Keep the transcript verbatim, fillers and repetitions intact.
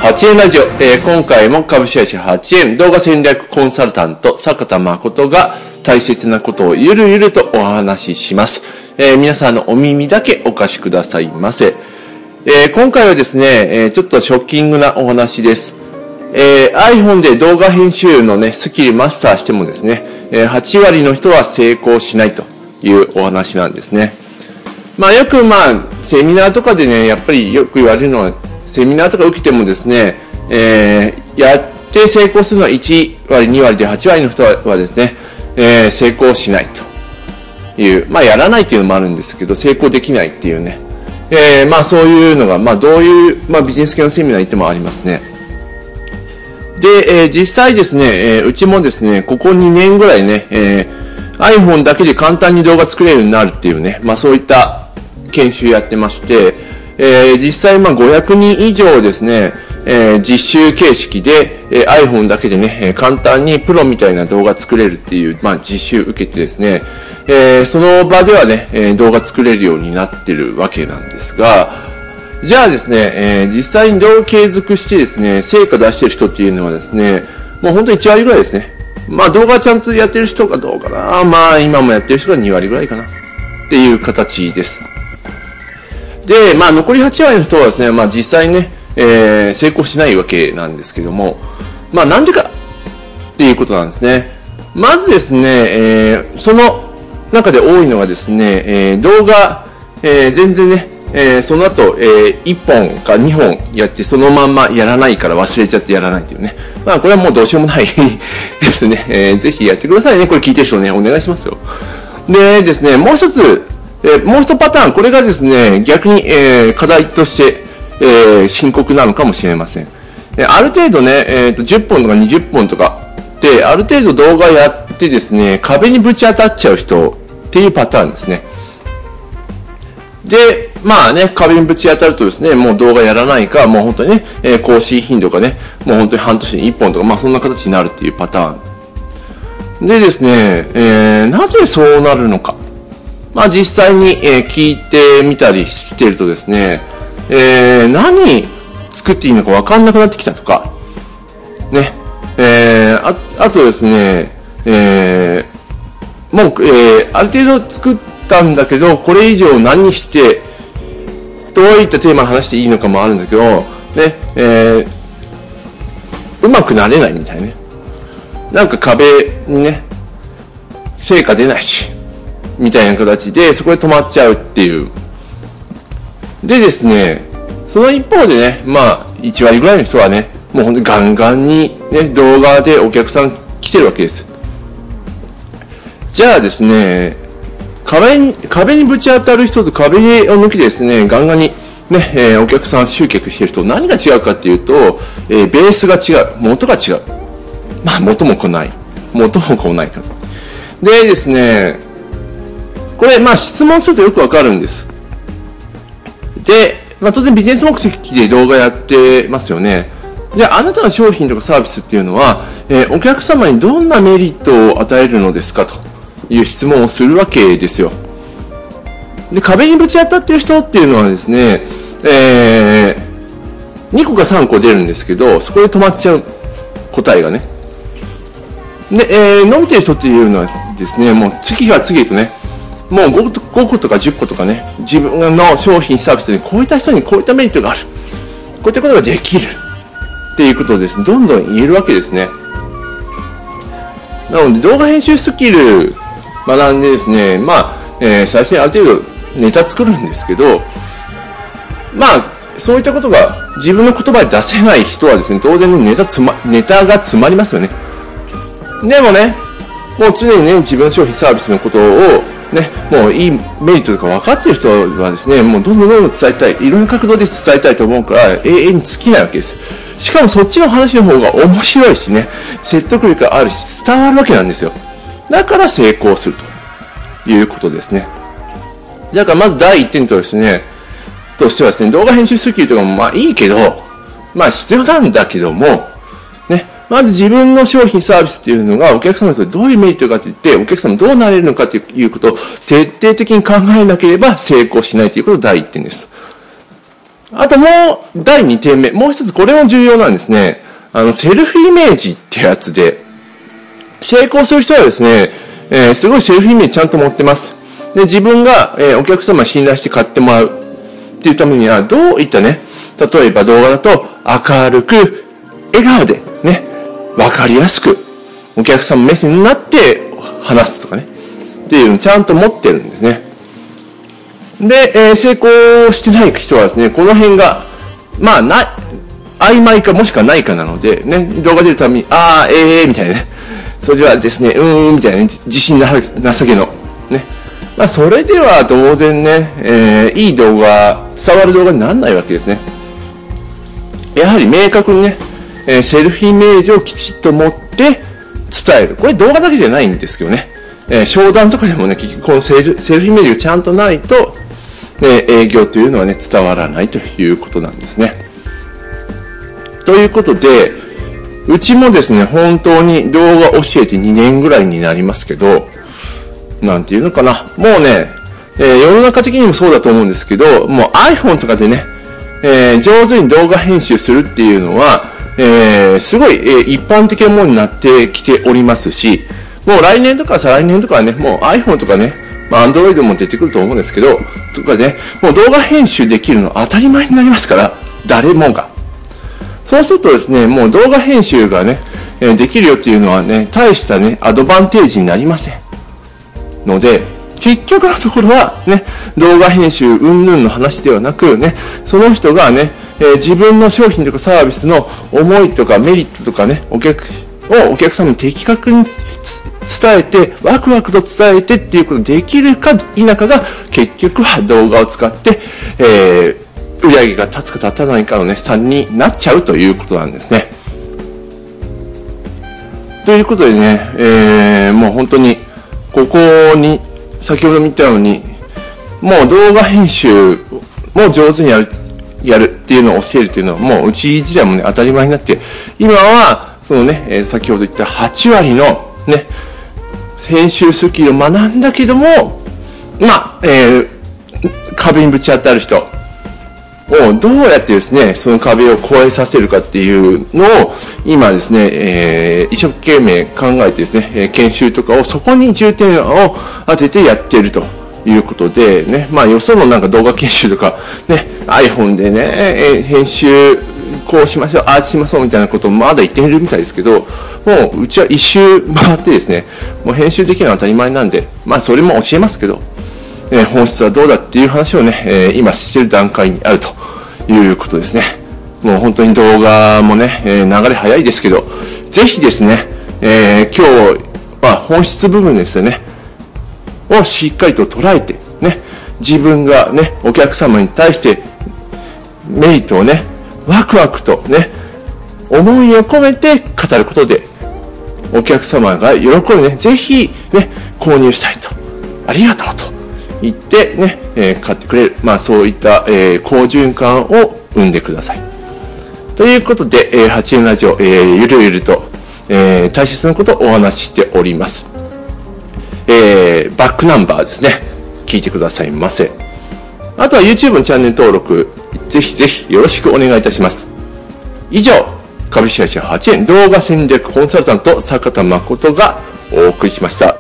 はちえんラジオ、えー、今回も株式会社はちえん動画戦略コンサルタント坂田誠が大切なことをゆるゆるとお話しします。えー、皆さんのお耳だけお貸しくださいませ。えー、今回はですね、えー、ちょっとショッキングなお話です。えー、iPhone で動画編集のねスキルマスターしてもですね、えー、はちわりの人は成功しないというお話なんですね。まあよくまあセミナーとかでね、やっぱりよく言われるのは、セミナーとか受けてもですね、えー、やって成功するのはいちわりにわりではちわりの人はですね、えー、成功しないという、まあやらないっていうのもあるんですけど、成功できないっていうね、えー、まあそういうのがまあどういう、まあ、ビジネス系のセミナー行ってもありますね。で、えー、実際ですね、えー、うちもですね、ここにねんぐらいね、えー、iPhone だけで簡単に動画作れるようになるっていうね、まあそういった研修やってまして、えー、実際まあごひゃくにん以上ですね、えー、実習形式で、えー、iPhone だけでね、えー、簡単にプロみたいな動画作れるっていう、まあ実習受けてですね、えー、その場ではね、えー、動画作れるようになってるわけなんですが、じゃあですね、えー、実際に動画継続してですね、成果出してる人っていうのはですね、もうほんといちわりぐらいですね。まあ動画ちゃんとやってる人がどうかな、まあ今もやってる人がにわりぐらいかなっていう形です。で、まあ残りはちわりの人はですね、まあ実際にね、えー、成功しないわけなんですけども、まあなんでかっていうことなんですね。まずですね、えー、その中で多いのがですね、えー、動画、えー、全然ね、えー、その後、えー、いっぽんかにほんやってそのまんまやらないから忘れちゃってやらないっていうね。まあこれはもうどうしようもないですね、えー。ぜひやってくださいね。これ聞いてる人ね、お願いしますよ。でですね、もう一つ、えー、もう一パターン、これがですね、逆に、えー、課題として、えー、深刻なのかもしれません。えー、ある程度ね、えーと、じゅっぽんとかにじゅっぽんとかで、ある程度動画やってですね、壁にぶち当たっちゃう人っていうパターンですね。で、まあね、壁にぶち当たるとですね、もう動画やらないか、もう本当にね、えー、更新頻度がね、もう本当に半年にいっぽんとか、まあそんな形になるっていうパターン。でですね、えー、なぜそうなるのか。まあ実際に、えー、聞いてみたりしてるとですね、えー、何作っていいのか分かんなくなってきたとか、ね、えー、あ, あとですね、えー、もう、えー、ある程度作ったんだけど、これ以上何して、どういったテーマを話していいのかもあるんだけど、ね、えー、うまくなれないみたいね。なんか壁にね、成果出ないし、みたいな形で、そこで止まっちゃうっていう。でですね、その一方でね、まあ、いちわりぐらいの人はね、もうほんとガンガンにね、動画でお客さん来てるわけです。じゃあですね、壁に、壁にぶち当たる人と壁を抜きですね、ガンガンにね、えー、お客さん集客してる人、何が違うかっていうと、えー、ベースが違う。元が違う。まあ、元も来ない。元も来ないから。でですね、これ、まあ、質問するとよくわかるんです。で、まあ、当然ビジネス目的で動画やってますよね。じゃあ、あなたの商品とかサービスっていうのは、えー、お客様にどんなメリットを与えるのですかという質問をするわけですよ。で、壁にぶち当たっている人っていうのはですね、えー、にこかさんこ出るんですけど、そこで止まっちゃう答えがね。で、えー、伸びてる人っていうのはですね、もう次が次へとね、もう 5, ごことかじゅっことかね、自分の商品サービスでこういった人にこういったメリットがある。こういったことができる。っていうことをですね、どんどん言えるわけですね。なので動画編集スキル学んでですね、まあ、えー、最初にある程度ネタ作るんですけど、まあ、そういったことが自分の言葉で出せない人はですね、当然ね、ネタつま、ネタが詰まりますよね。でもね、もう常にね、自分の商品サービスのことをね、もういいメリットとか分かっている人はですね、もうどんどんどんどん伝えたい、いろんな角度で伝えたいと思うから永遠に尽きないわけです。しかもそっちの話の方が面白いしね、説得力があるし伝わるわけなんですよ。だから成功するということですね。だからまず第一点とですね、としてはですね、動画編集スキルとかもまあいいけど、まあ必要なんだけども、ね、まず自分の商品サービスっていうのがお客様にとってどういうメリットかって言って、お客様どうなれるのかっていうことを徹底的に考えなければ成功しないということが第一点です。 あともう、だいにてんめ。もう一つ、これも重要なんですね。あの、セルフイメージってやつで、成功する人はですね、えー、すごいセルフイメージちゃんと持ってます。で、自分が、えー、お客様信頼して買ってもらうっていうためには、どういったね、例えば動画だと、明るく、笑顔で、ね、わかりやすく、お客様目線になって話すとかね、っていうのをちゃんと持ってるんですね。で、えー、成功してない人はですね、この辺が、まあ、な、曖昧かもしくはないかなので、ね、動画出るたびに、あー、えー、みたいなね、それではですね、うーん、みたいなね、自信なさげの、ね。まあ、それでは当然ね、えー、いい動画、伝わる動画にならないわけですね。やはり明確にね、えー、セルフイメージをきちっと持って伝える。これ動画だけじゃないんですけどね。えー、商談とかでもね、結局このセル、セルフイメージがちゃんとないと、ね、営業というのはね、伝わらないということなんですね。ということで、うちもですね、本当に動画教えてにねんぐらいになりますけど、なんていうのかな。もうね、えー、世の中的にもそうだと思うんですけど、もう iPhone とかでね、えー、上手に動画編集するっていうのは、えー、すごい、えー、一般的なものになってきておりますし、もう来年とか再来年とかはね、もう iPhone とかね、まあ Android も出てくると思うんですけど、とかね、もう動画編集できるの当たり前になりますから、誰もが。そうするとですね、もう動画編集がね、えー、できるよっていうのはね、大したね、アドバンテージになりません。ので、結局のところはね、動画編集云々の話ではなくね、その人がね、えー、自分の商品とかサービスの思いとかメリットとかね、お客をお客様に的確に伝えて、ワクワクと伝えてっていうことができるか否かが、結局は動画を使って、えー、売り上げが立つか立たないかのね、差になっちゃうということなんですね。ということでね、えー、もう本当に、ここに、先ほど見たように、もう動画編集も上手にやる、やるっていうのを教えるっていうのは、もううち時代もね、当たり前になって、今は、そのね、えー、先ほど言ったはちわりのね、編集スキルを学んだけども、まあ、えー、壁にぶち当たる人をどうやってですね、その壁を越えさせるかっていうのを、今ですね、えー、一生懸命考えてですね、えー、研修とかをそこに重点を当ててやっているということで、ね、まあよそのなんか動画研修とか、ね、iPhone でね、えー、編集、こうしましょう、ああしましょうみたいなことをまだ言っているみたいですけど、もううちは一周回ってですね、もう編集できるのは当たり前なんで、まあそれも教えますけど、えー、本質はどうだっていう話をね、えー、今している段階にあるということですね。もう本当に動画もね、えー、流れ早いですけど、ぜひですね、えー、今日は本質部分ですよね、をしっかりと捉えて、ね、自分がね、お客様に対してメリットをね、ワクワクとね、思いを込めて語ることで、お客様が喜んでね、ぜひね、購入したいと、ありがとうと言ってね、えー、買ってくれる。まあそういった、えー、好循環を生んでください。ということで、えー、はちえんラジオ、えー、ゆるゆると、えー、大切なことをお話ししております。えー、バックナンバーですね。聞いてくださいませ。あとは YouTube のチャンネル登録、ぜひぜひよろしくお願いいたします。以上、株式会社はちえん動画戦略コンサルタント坂田誠がお送りしました。